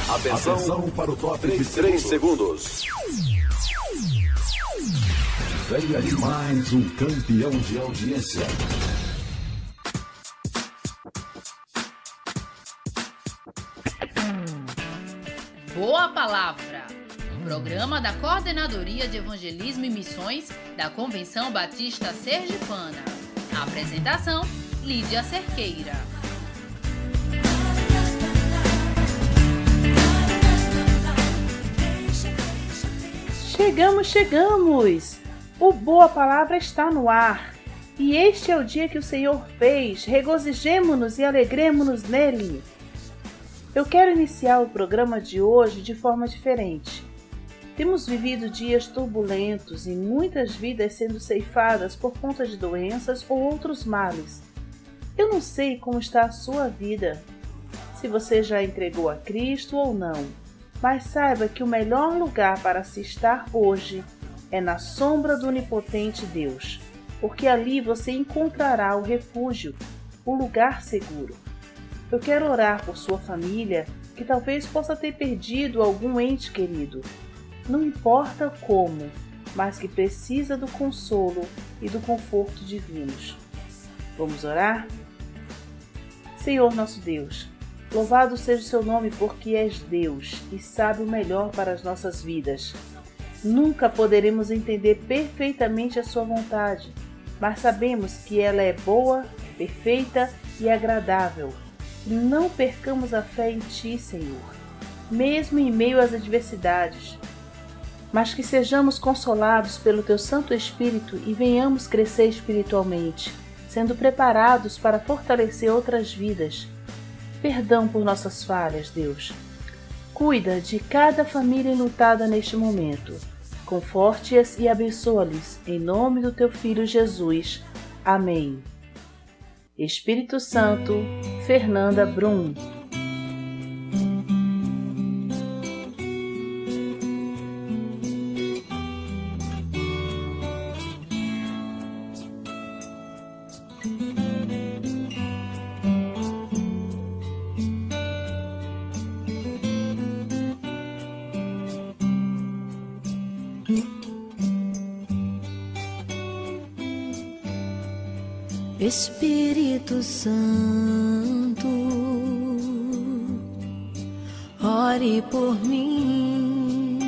Atenção para o top de 3 segundos. Venha de mais um campeão de audiência. Boa Palavra, um programa da Coordenadoria de Evangelismo e Missões da Convenção Batista Sergipana. A apresentação, Lídia Cerqueira. Chegamos! O Boa Palavra está no ar. E este é o dia que o Senhor fez. Regozijemo-nos e alegremo-nos nele. Eu quero iniciar o programa de hoje de forma diferente. Temos vivido dias turbulentos e muitas vidas sendo ceifadas por conta de doenças ou outros males. Eu não sei como está a sua vida, se você já entregou a Cristo ou não, mas saiba que o melhor lugar para se estar hoje é na sombra do onipotente Deus, porque ali você encontrará o refúgio, o lugar seguro. Eu quero orar por sua família, que talvez possa ter perdido algum ente querido. Não importa como, mas que precisa do consolo e do conforto divinos. Vamos orar? Senhor nosso Deus, louvado seja o seu nome porque és Deus e sabe o melhor para as nossas vidas. Nunca poderemos entender perfeitamente a sua vontade, mas sabemos que ela é boa, perfeita e agradável. Não percamos a fé em Ti, Senhor, mesmo em meio às adversidades, mas que sejamos consolados pelo Teu Santo Espírito e venhamos crescer espiritualmente, sendo preparados para fortalecer outras vidas. Perdão por nossas falhas, Deus. Cuida de cada família enlutada neste momento. Conforte-as e abençoa-lhes, em nome do Teu Filho Jesus. Amém. Espírito Santo, Fernanda Brum. Espírito Santo, ore por mim,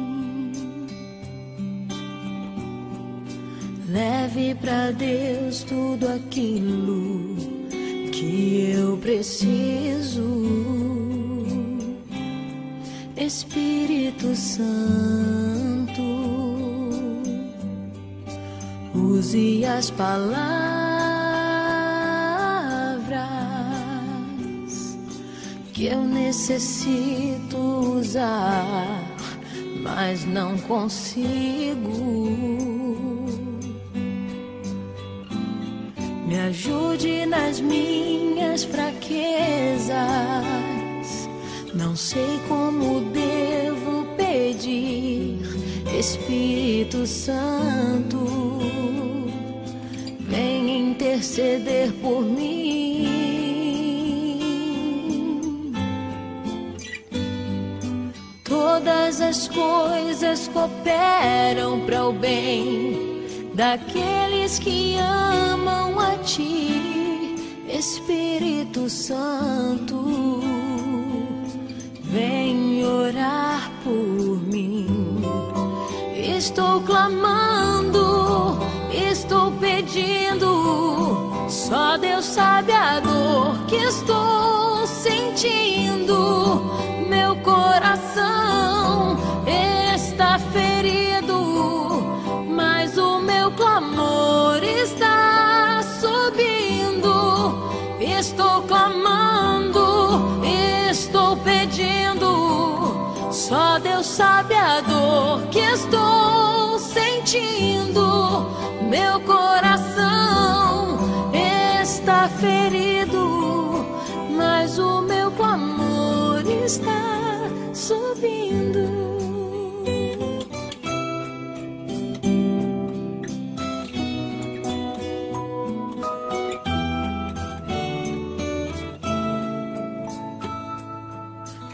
leve pra Deus tudo aquilo que eu preciso. Espírito Santo, use as palavras que eu necessito usar, mas não consigo. Me ajude nas minhas fraquezas, não sei como devo pedir. Espírito Santo, vem interceder por mim. Todas as coisas cooperam para o bem daqueles que amam a Ti. Espírito Santo, vem orar por mim. Estou clamando, estou pedindo, só Deus sabe a dor que estou sentindo. Meu coração está ferido, mas o meu clamor está subindo. Estou clamando, estou pedindo, só Deus sabe a dor que estou sentindo. Meu coração está ferido, mas o meu clamor está subindo.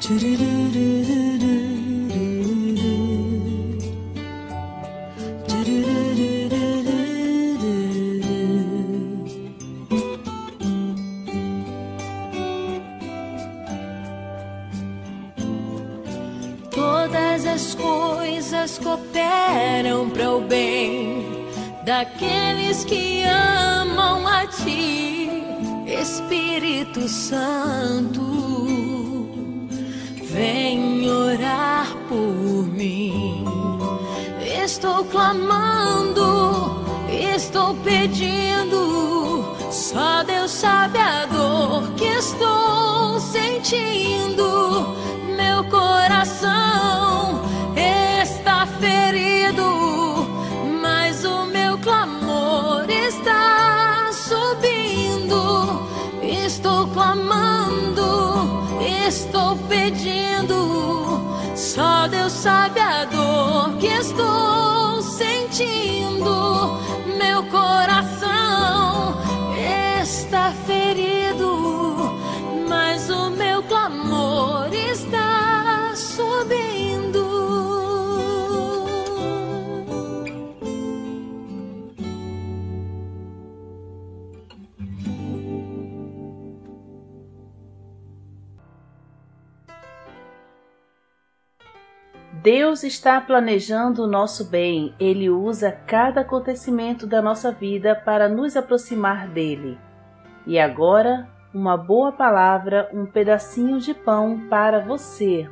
Todas as coisas cooperam para o bem daqueles que amam a Ti, Espírito Santo. Vem orar por mim. Estou clamando, estou pedindo. Só Deus sabe a dor que estou sentindo. Meu coração está ferido, mas o meu clamor está subindo. Estou clamando, estou pedindo. Só Deus sabe a dor que estou sentindo. Meu coração está ferido, mas o meu clamor está subindo. Deus está planejando o nosso bem. Ele usa cada acontecimento da nossa vida para nos aproximar dele. E agora, uma boa palavra, um pedacinho de pão para você.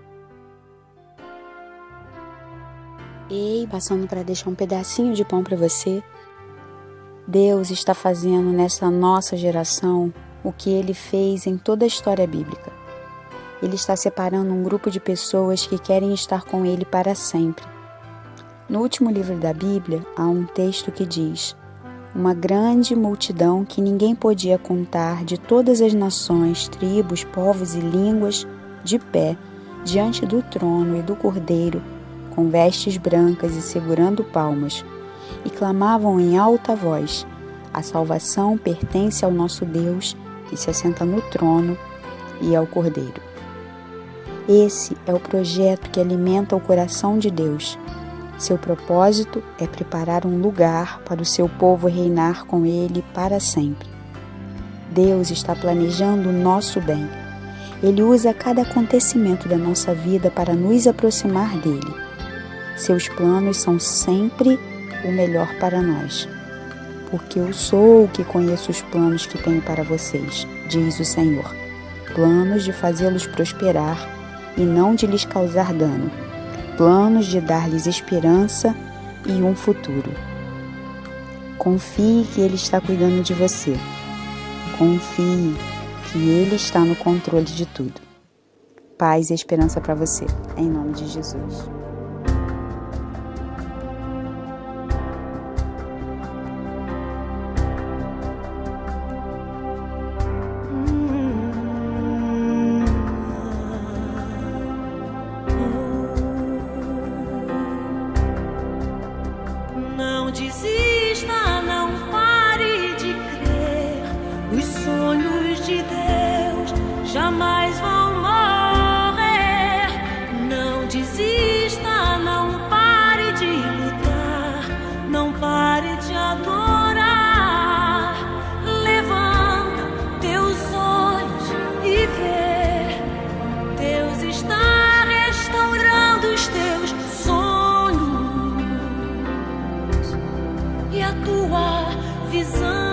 Ei, passando para deixar um pedacinho de pão para você. Deus está fazendo nessa nossa geração o que Ele fez em toda a história bíblica. Ele está separando um grupo de pessoas que querem estar com Ele para sempre. No último livro da Bíblia, há um texto que diz: uma grande multidão que ninguém podia contar, de todas as nações, tribos, povos e línguas, de pé, diante do trono e do Cordeiro, com vestes brancas e segurando palmas, e clamavam em alta voz: a salvação pertence ao nosso Deus, que se assenta no trono, e ao Cordeiro. Esse é o projeto que alimenta o coração de Deus. Seu propósito é preparar um lugar para o seu povo reinar com Ele para sempre. Deus está planejando o nosso bem. Ele usa cada acontecimento da nossa vida para nos aproximar dele. Seus planos são sempre o melhor para nós. Porque eu sou o que conheço os planos que tenho para vocês, diz o Senhor. Planos de fazê-los prosperar e não de lhes causar dano. Planos de dar-lhes esperança e um futuro. Confie que Ele está cuidando de você. Confie que Ele está no controle de tudo. Paz e esperança para você, em nome de Jesus. Desista, não pare de crer. Os sonhos de Deus jamais vão morrer. Não desista, não pare de lutar. Não pare de adorar. Levanta teus olhos e vê. Deus está restaurando os teus sonhos e a tua visão.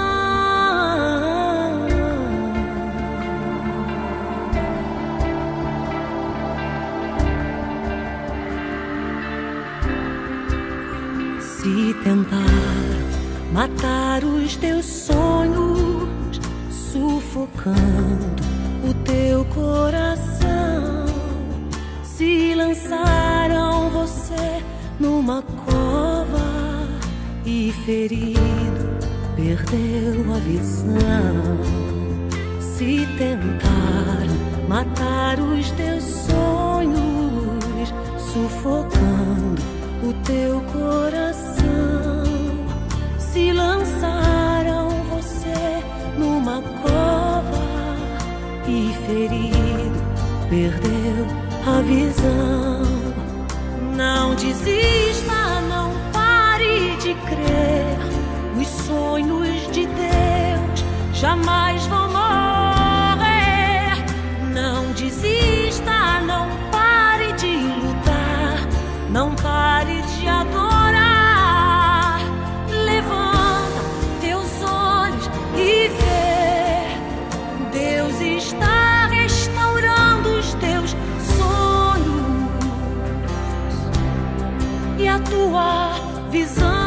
Se tentar matar os teus sonhos, sufocando o teu coração, se lançaram você numa cova e ferido, perdeu a visão. Se tentar matar os teus sonhos, sufocando o teu coração, se lançaram você numa cova e ferido, perdeu a visão. Não desista, não pare de crer. Os sonhos de Deus jamais vão morrer. Não desista, não pare de lutar, não pare de adorar. Levanta teus olhos e vê, Deus está restaurando os teus sonhos e a tua visão.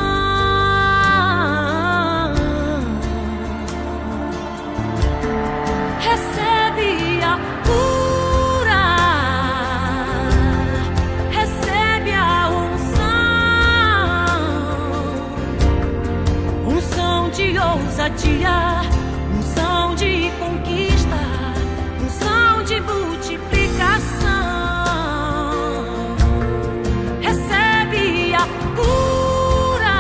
Recebe a cura, recebe a unção de ousadia, unção de conquista, unção de multiplicação. Recebe a cura,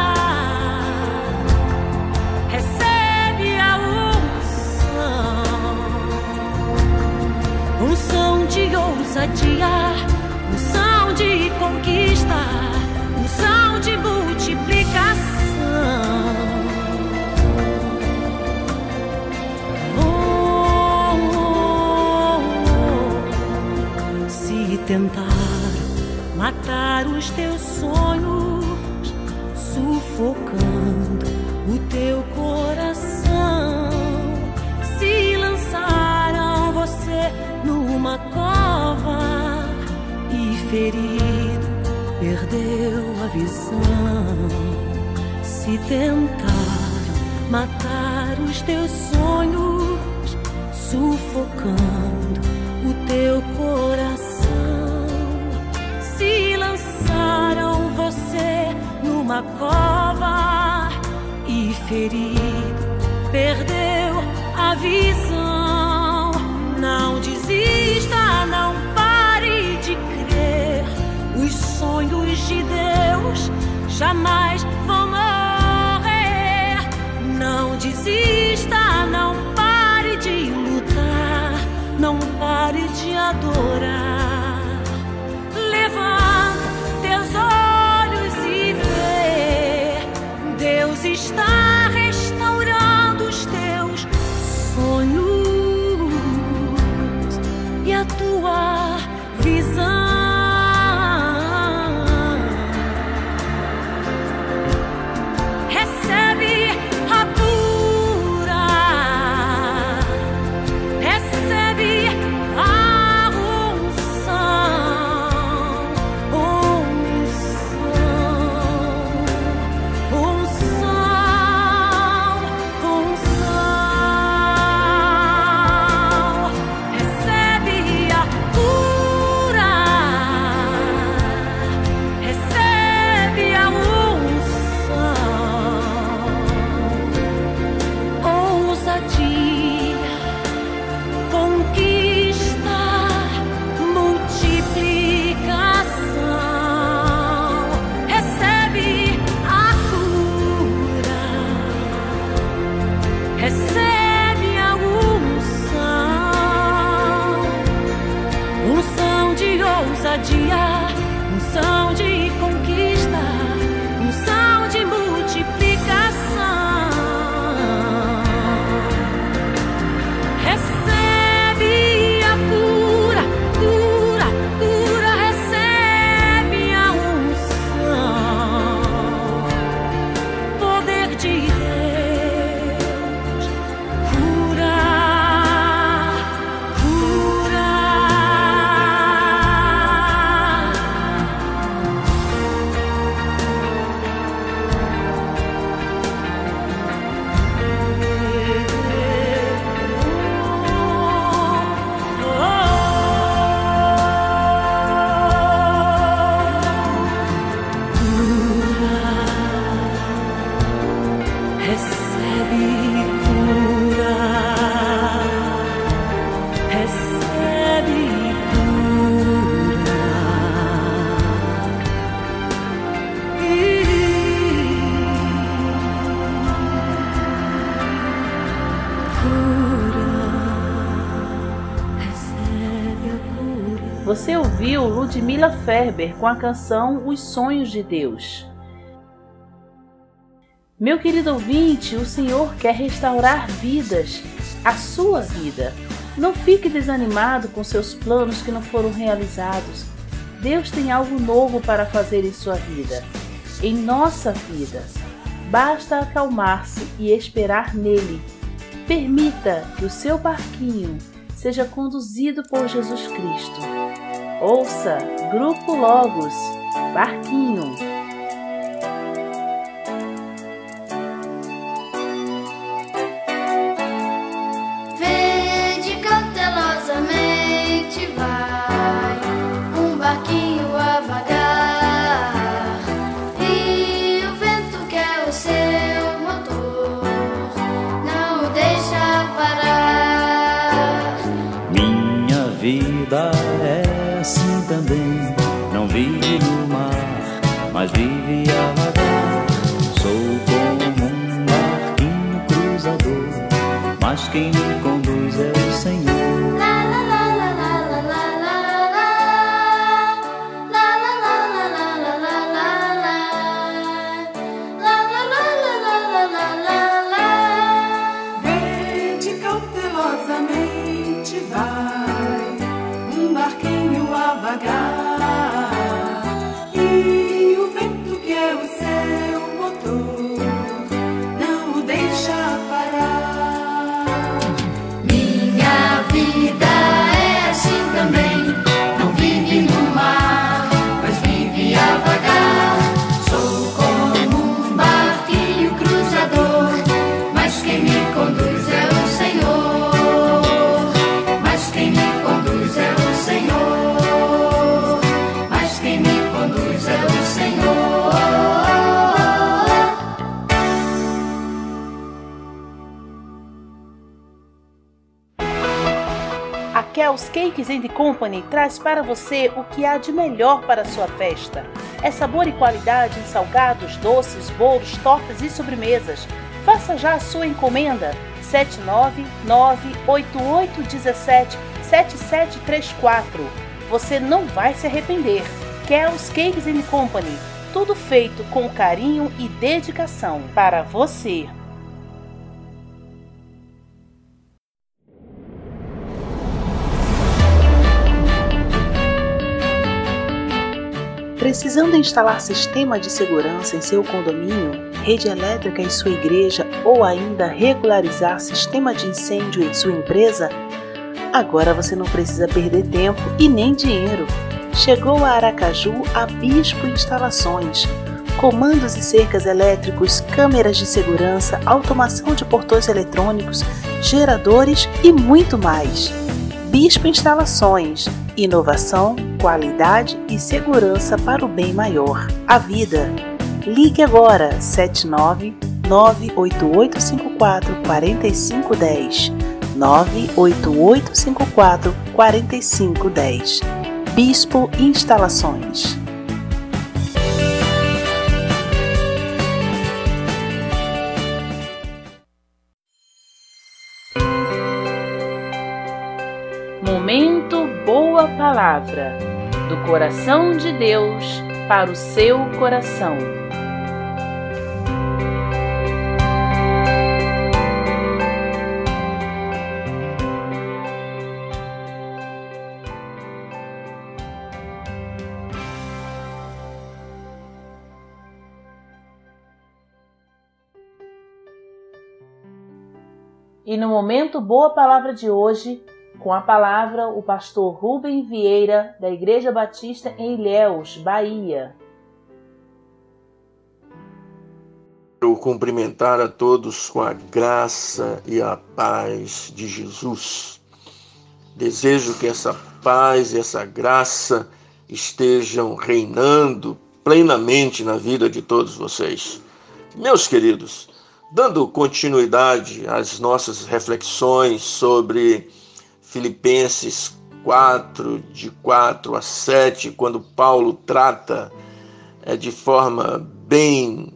recebe a unção de ousadia, unção de conquista, unção de multiplicação. Se tentar matar os teus sonhos, sufocando o teu coração, se lançaram você numa cova e ferido perdeu a visão. Se tentaram matar os teus sonhos, sufocando o teu coração, se lançaram você numa cova e ferido perdeu a visão. Não desista, não pare de crer. Os sonhos de Deus jamais vão morrer. Não desista, não pare de lutar, não pare de adorar. Levanta teus olhos e vê, Deus está restaurando os teus sonhos e a tua visão. Recebe a cura, recebe a ousadia, unção de conquista, unção de multiplicação. Recebe a cura, cura, cura, recebe a unção, poder de Deus, cura, cura. Você ouviu Ludmila Ferber com a canção Os Sonhos de Deus. Meu querido ouvinte, o Senhor quer restaurar vidas, a sua vida. Não fique desanimado com seus planos que não foram realizados. Deus tem algo novo para fazer em sua vida, em nossa vida. Basta acalmar-se e esperar nele. Permita que o seu barquinho seja conduzido por Jesus Cristo. Ouça Grupo Logos, Barquinho. Vede cautelosamente vai um barquinho a vagar, e o vento que é o seu motor não o deixa parar. Minha vida é assim também, não vive no mar, mas vive a vagar. Sou como um barquinho cruzador, mas quem me conduz é o Senhor. Vede cautelosamente vai um barquinho a vagar, e o vento que é o seu motor não o deixa parar. Minha vida é assim também, não vive no mar, mas vive a vagar. Sou como um barquinho cruzador, mas quem me conduz é o Senhor. Mas quem me conduz é o Senhor. Mas quem me conduz é o Senhor. A Kel's Cakes & Company traz para você o que há de melhor para a sua festa. É sabor e qualidade em salgados, doces, bolos, tortas e sobremesas. Faça já a sua encomenda. 79988177734. Você não vai se arrepender. Kel's Cakes & Company. Tudo feito com carinho e dedicação para você. Precisando instalar sistema de segurança em seu condomínio, rede elétrica em sua igreja ou ainda regularizar sistema de incêndio em sua empresa? Agora você não precisa perder tempo e nem dinheiro. Chegou a Aracaju a Bispo Instalações. Comandos e cercas elétricos, câmeras de segurança, automação de portões eletrônicos, geradores e muito mais. Bispo Instalações. Inovação, qualidade e segurança para o bem maior, a vida. Ligue agora 79988544510 988544510. Bispo Instalações. Momento Boa Palavra, do coração de Deus para o seu coração. E no Momento Boa Palavra de hoje, com a palavra, o pastor Rubem Vieira, da Igreja Batista em Ilhéus, Bahia. Quero cumprimentar a todos com a graça e a paz de Jesus. Desejo que essa paz e essa graça estejam reinando plenamente na vida de todos vocês. Meus queridos, dando continuidade às nossas reflexões sobre Filipenses 4, de 4 a 7, quando Paulo trata de forma bem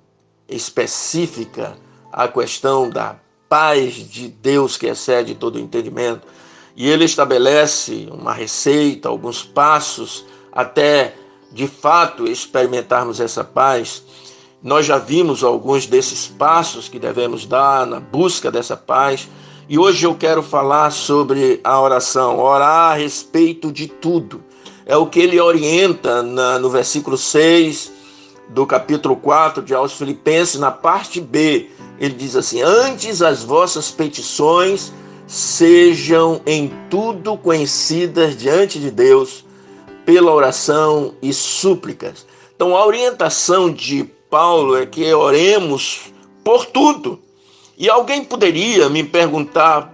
específica a questão da paz de Deus que excede todo o entendimento. e ele estabelece uma receita, alguns passos, até de fato experimentarmos essa paz. Nós já vimos alguns desses passos que devemos dar na busca dessa paz, e hoje eu quero falar sobre a oração, orar a respeito de tudo. É o que ele orienta no versículo 6 do capítulo 4 de aos Filipenses, na parte B. Ele diz assim: antes as vossas petições sejam em tudo conhecidas diante de Deus pela oração e súplicas. Então a orientação de Paulo é que oremos por tudo. E alguém poderia me perguntar: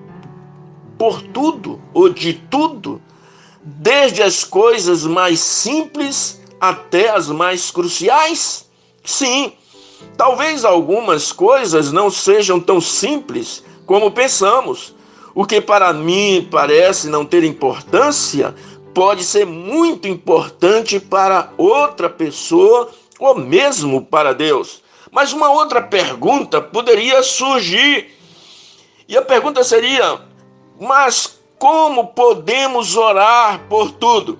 por tudo ou de tudo? Desde as coisas mais simples até as mais cruciais? Sim, talvez algumas coisas não sejam tão simples como pensamos. O que para mim parece não ter importância, pode ser muito importante para outra pessoa ou mesmo para Deus. Mas uma outra pergunta poderia surgir. E a pergunta seria: mas como podemos orar por tudo?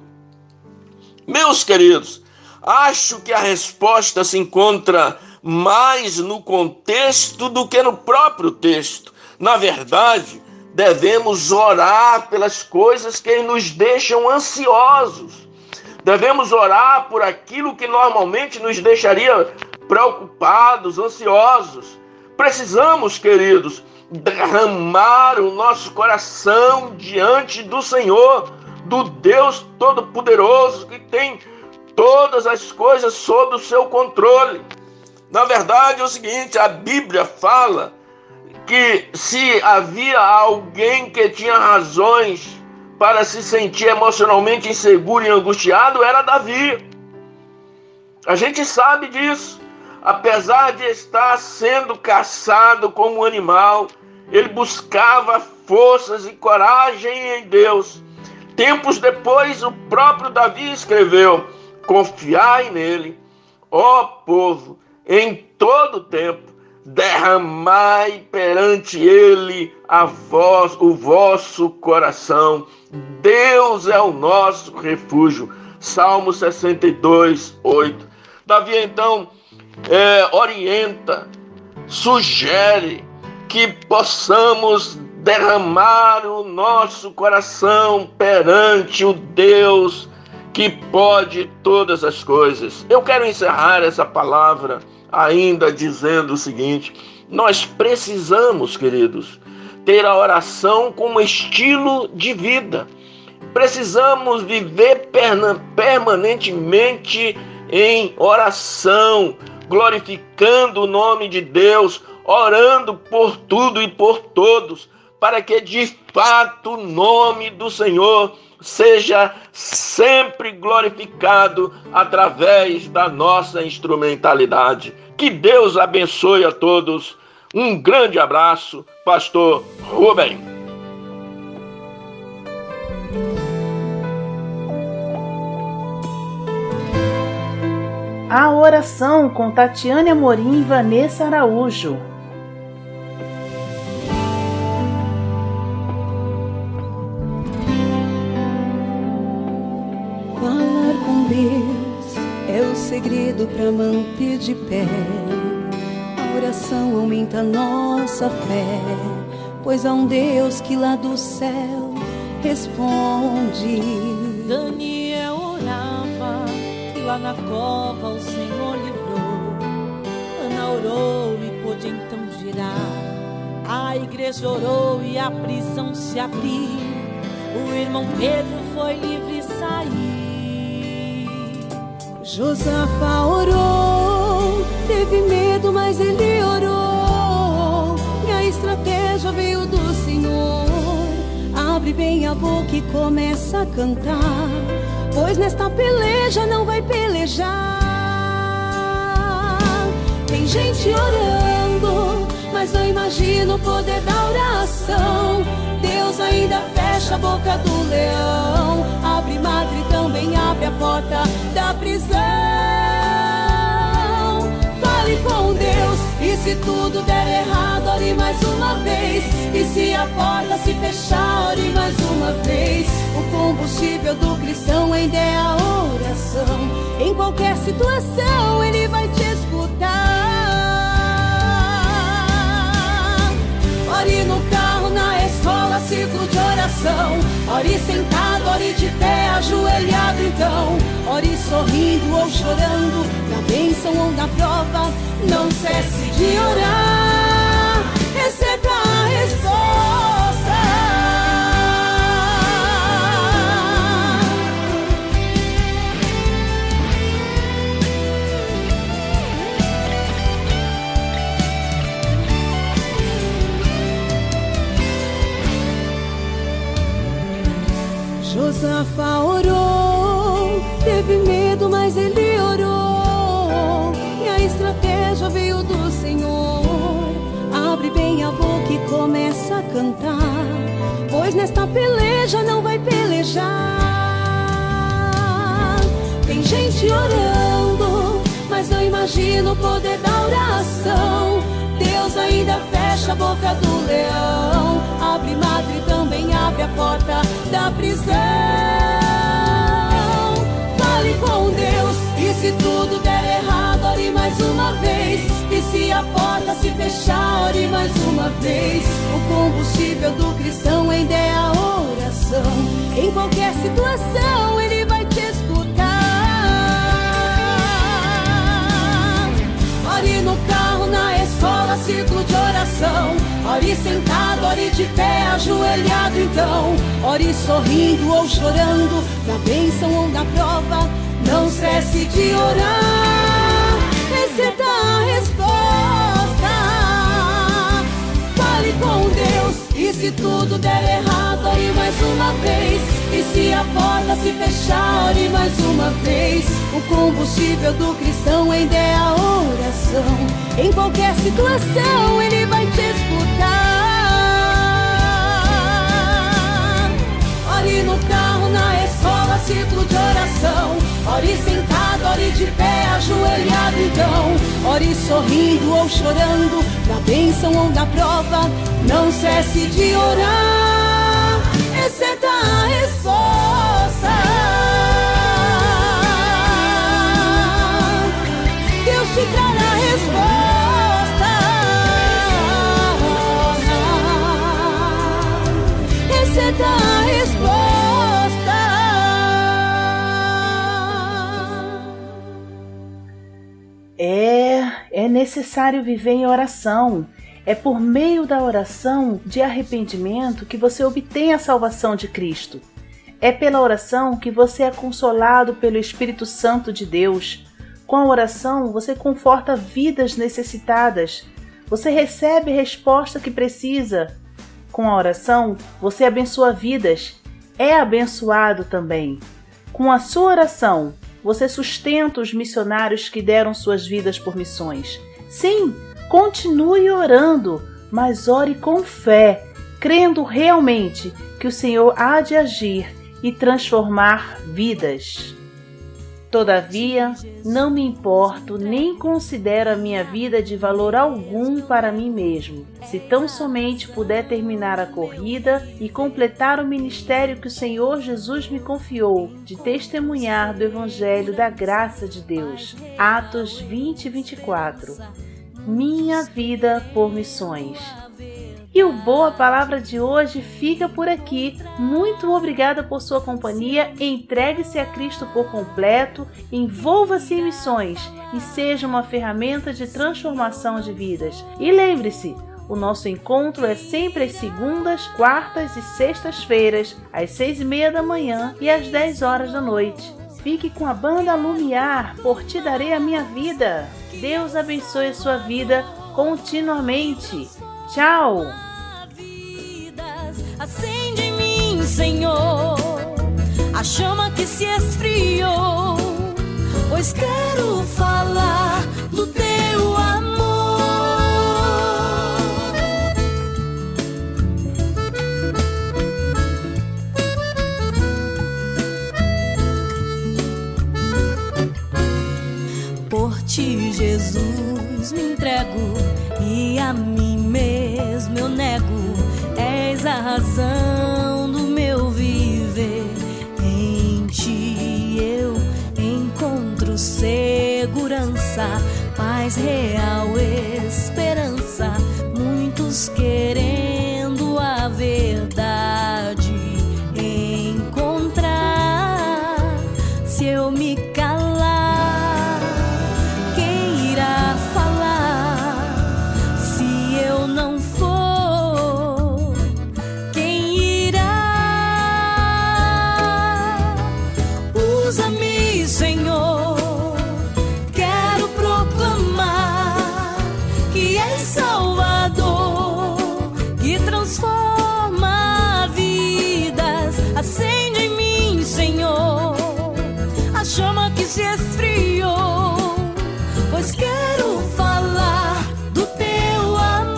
Meus queridos, acho que a resposta se encontra mais no contexto do que no próprio texto. Na verdade, devemos orar pelas coisas que nos deixam ansiosos. Devemos orar por aquilo que normalmente nos deixaria preocupados, ansiosos. Precisamos, queridos, derramar o nosso coração diante do Senhor, do Deus Todo-Poderoso, que tem todas as coisas sob o seu controle. Na verdade é o seguinte: a Bíblia fala que se havia alguém que tinha razões para se sentir emocionalmente inseguro e angustiado, era Davi. A gente sabe disso. Apesar de estar sendo caçado como um animal, ele buscava forças e coragem em Deus. Tempos depois, o próprio Davi escreveu: confiai nele, ó povo, em todo tempo, derramai perante ele o vosso coração. Deus é o nosso refúgio. Salmo 62, 8. Davi então orienta, sugere que possamos derramar o nosso coração perante o Deus que pode todas as coisas. Eu quero encerrar essa palavra ainda dizendo o seguinte: nós precisamos, queridos, ter a oração como estilo de vida. Precisamos viver permanentemente em oração, glorificando o nome de Deus, orando por tudo e por todos, para que de fato o nome do Senhor seja sempre glorificado através da nossa instrumentalidade. Que Deus abençoe a todos. Um grande abraço, Pastor Rubem. A oração com Tatiane Amorim e Vanessa Araújo. Falar com Deus é o segredo para manter de pé. A oração aumenta a nossa fé, pois há um Deus que lá do céu responde. Daniel orava e lá na cova o Senhor livrou. Ana orou e pôde então girar. A igreja orou e a prisão se abriu. O irmão Pedro foi livre e saiu. Josafá orou, teve medo, mas ele orou. E a estratégia veio do Senhor. Abre bem a boca e começa a cantar, pois nesta peleja não vai pelejar. Tem gente orando, mas não imagina o poder da oração. Deus ainda fecha a boca do leão, abre madre e também abre a porta da prisão. Fale com Deus E se tudo der errado, ore mais uma vez. E se a porta se fechar, ore mais uma vez. O combustível do cristão ainda é a oração. Em qualquer situação Ele vai te escutar. Ore no carro, na escola, ciclo de oração. Ore sentado, ore de pé, ajoelhado então. Ore sorrindo ou chorando, na bênção ou na prova. Não cesse de orar, receba a resposta. Josafá orou, teve medo, mas ele orou. E a estratégia veio do Senhor. Abre bem a boca e começa a cantar, pois nesta peleja não vai pelejar. Tem gente orando, mas não imagina o poder da oração. Deus ainda fecha a boca do leão. Abre madre, também abre a porta da prisão. Fale com Deus, e se tudo der errado, ore mais uma vez. E se a porta se fechar, ore mais uma vez. O combustível do cristão ainda é a oração. Em qualquer situação Ele vai te escutar. Ore no carro, na escola, ciclo de oração. Ore sentado, ore de pé, ajoelhado então. Ore sorrindo ou chorando, na bênção ou na prova. Não cesse de orar, receba a resposta. Fale com Deus, e se tudo der errado, ore mais uma vez. E se a porta se fechar, ore mais uma vez. O combustível do cristão ainda é a oração. Em qualquer situação Ele vai te escutar. Ore no carro, na escola, ciclo de oração. Ore sentado, ore de pé, ajoelhado então. Ore sorrindo ou chorando, na bênção ou na prova. Não cesse de orar, receba a resposta. Deus te trará a resposta. Receba a resposta. É necessário viver em oração. É por meio da oração de arrependimento que você obtém a salvação de Cristo. É pela oração que você é consolado pelo Espírito Santo de Deus. Com a oração, você conforta vidas necessitadas. Você recebe a resposta que precisa. Com a oração, você abençoa vidas. É abençoado também. Com a sua oração, você sustenta os missionários que deram suas vidas por missões. Sim, continue orando, mas ore com fé, crendo realmente que o Senhor há de agir e transformar vidas. Todavia, não me importo nem considero a minha vida de valor algum para mim mesmo, se tão somente puder terminar a corrida e completar o ministério que o Senhor Jesus me confiou, de testemunhar do Evangelho da graça de Deus. Atos 20:24. Minha vida por missões. E o Boa Palavra de hoje fica por aqui. Muito obrigada por sua companhia. Entregue-se a Cristo por completo, envolva-se em missões e seja uma ferramenta de transformação de vidas. E lembre-se, o nosso encontro é sempre às segundas, quartas e sextas-feiras, às 6:30 da manhã e às 10 horas da noite. Fique com a banda Lumiar, Por Ti Darei a Minha Vida. Deus abençoe a sua vida continuamente. Tchau! Acende em mim, Senhor, a chama que se esfriou, pois quero falar do teu amor. Por ti, Jesus, me entrego. a mim mesmo eu nego, és a razão do meu viver. Em ti eu encontro segurança, paz real, esperança. Muitos querendo a verdade encontrar. Se eu me calar, quem irá falar? Se eu não for, quem irá? Usa-me, Senhor, quero proclamar que és Salvador, que transforma vidas. Acende em mim, Senhor, a chama que se esfriou, pois quero falar do teu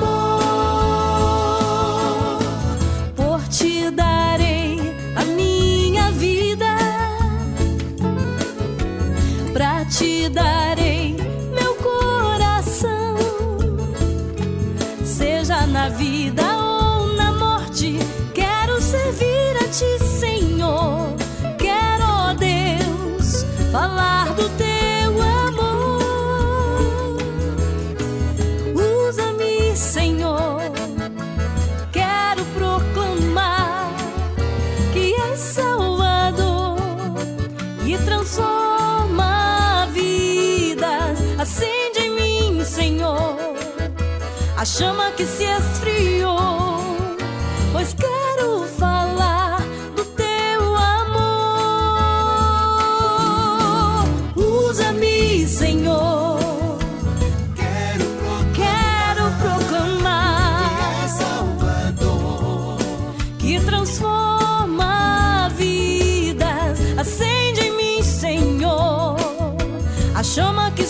amor. Por ti darei a minha vida, pra ti darei meu coração. Seja na vida ou na morte, quero servir a ti, Senhor. Quero, ó Deus, falar do teu amor. Usa-me, Senhor, quero proclamar que és Salvador e transforma vidas. Acende em mim, Senhor, a chama que se esfriou, pois quero falar do teu amor. Usa-me, Senhor, quero proclamar que és Salvador, que transforma vidas. Acende em mim, Senhor, a chama que